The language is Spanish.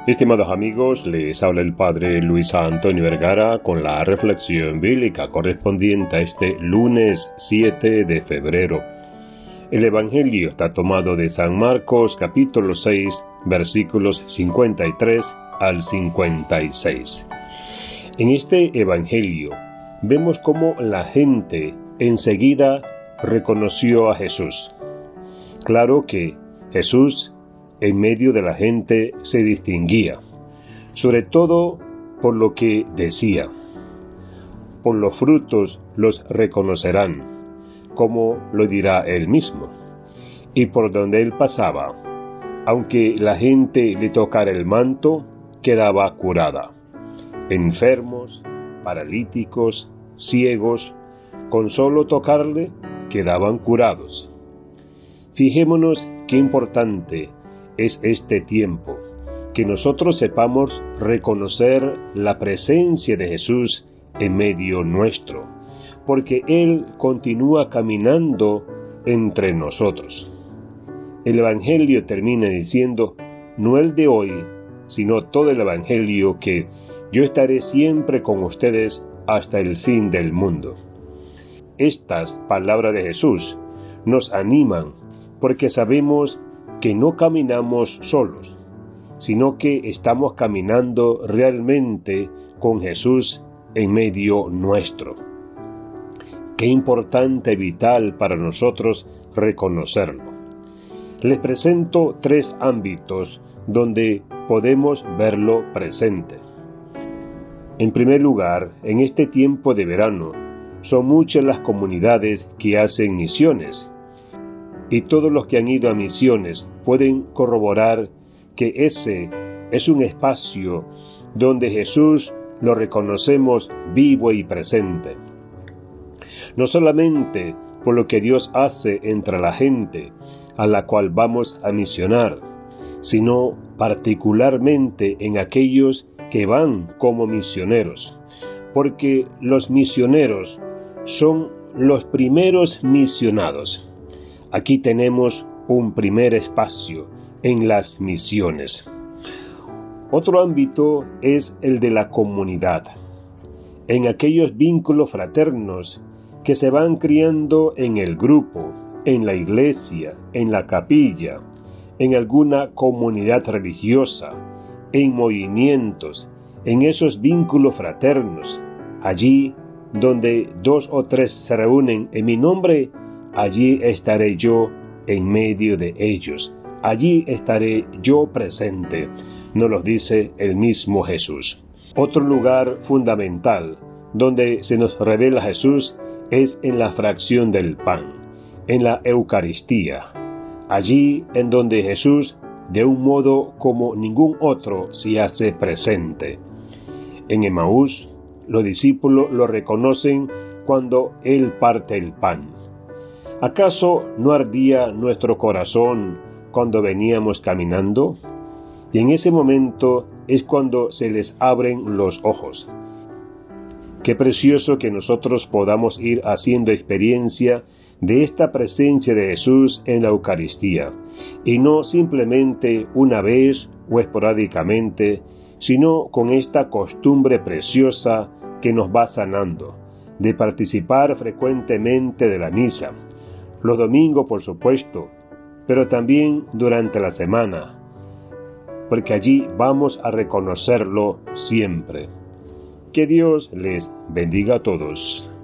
Estimados amigos, les habla el Padre Luis Antonio Vergara con la reflexión bíblica correspondiente a este lunes 7 de febrero. El Evangelio está tomado de San Marcos capítulo 6, versículos 53 al 56. En este Evangelio vemos cómo la gente enseguida reconoció a Jesús. Claro que Jesús en medio de la gente se distinguía, sobre todo por lo que decía. Por los frutos los reconocerán, como lo dirá él mismo. Y por donde él pasaba, aunque la gente le tocara el manto, quedaba curada. Enfermos, paralíticos, ciegos, con solo tocarle, quedaban curados. Fijémonos qué importante es este tiempo, que nosotros sepamos reconocer la presencia de Jesús en medio nuestro, porque Él continúa caminando entre nosotros. El Evangelio termina diciendo, no el de hoy, sino todo el Evangelio, que yo estaré siempre con ustedes hasta el fin del mundo. Estas palabras de Jesús nos animan, porque sabemos que no caminamos solos, sino que estamos caminando realmente con Jesús en medio nuestro. Qué importante y vital para nosotros reconocerlo. Les presento 3 ámbitos donde podemos verlo presente. En primer lugar, en este tiempo de verano, son muchas las comunidades que hacen misiones, y todos los que han ido a misiones pueden corroborar que ese es un espacio donde Jesús lo reconocemos vivo y presente. No solamente por lo que Dios hace entre la gente a la cual vamos a misionar, sino particularmente en aquellos que van como misioneros, porque los misioneros son los primeros misionados. Aquí tenemos un primer espacio en las misiones. Otro ámbito es el de la comunidad, en aquellos vínculos fraternos que se van criando en el grupo, en la iglesia, en la capilla, en alguna comunidad religiosa, en movimientos, en esos vínculos fraternos, allí donde 2 o 3 se reúnen en mi nombre, allí estaré yo en medio de ellos. Allí estaré yo presente, nos lo dice el mismo Jesús. Otro lugar fundamental donde se nos revela Jesús es en la fracción del pan, en la Eucaristía. Allí en donde Jesús, de un modo como ningún otro, se hace presente. En Emaús, los discípulos lo reconocen cuando Él parte el pan. ¿Acaso no ardía nuestro corazón cuando veníamos caminando? Y en ese momento es cuando se les abren los ojos. Qué precioso que nosotros podamos ir haciendo experiencia de esta presencia de Jesús en la Eucaristía, y no simplemente una vez o esporádicamente, sino con esta costumbre preciosa que nos va sanando, de participar frecuentemente de la misa. Los domingos, por supuesto, pero también durante la semana, porque allí vamos a reconocerlo siempre. Que Dios les bendiga a todos.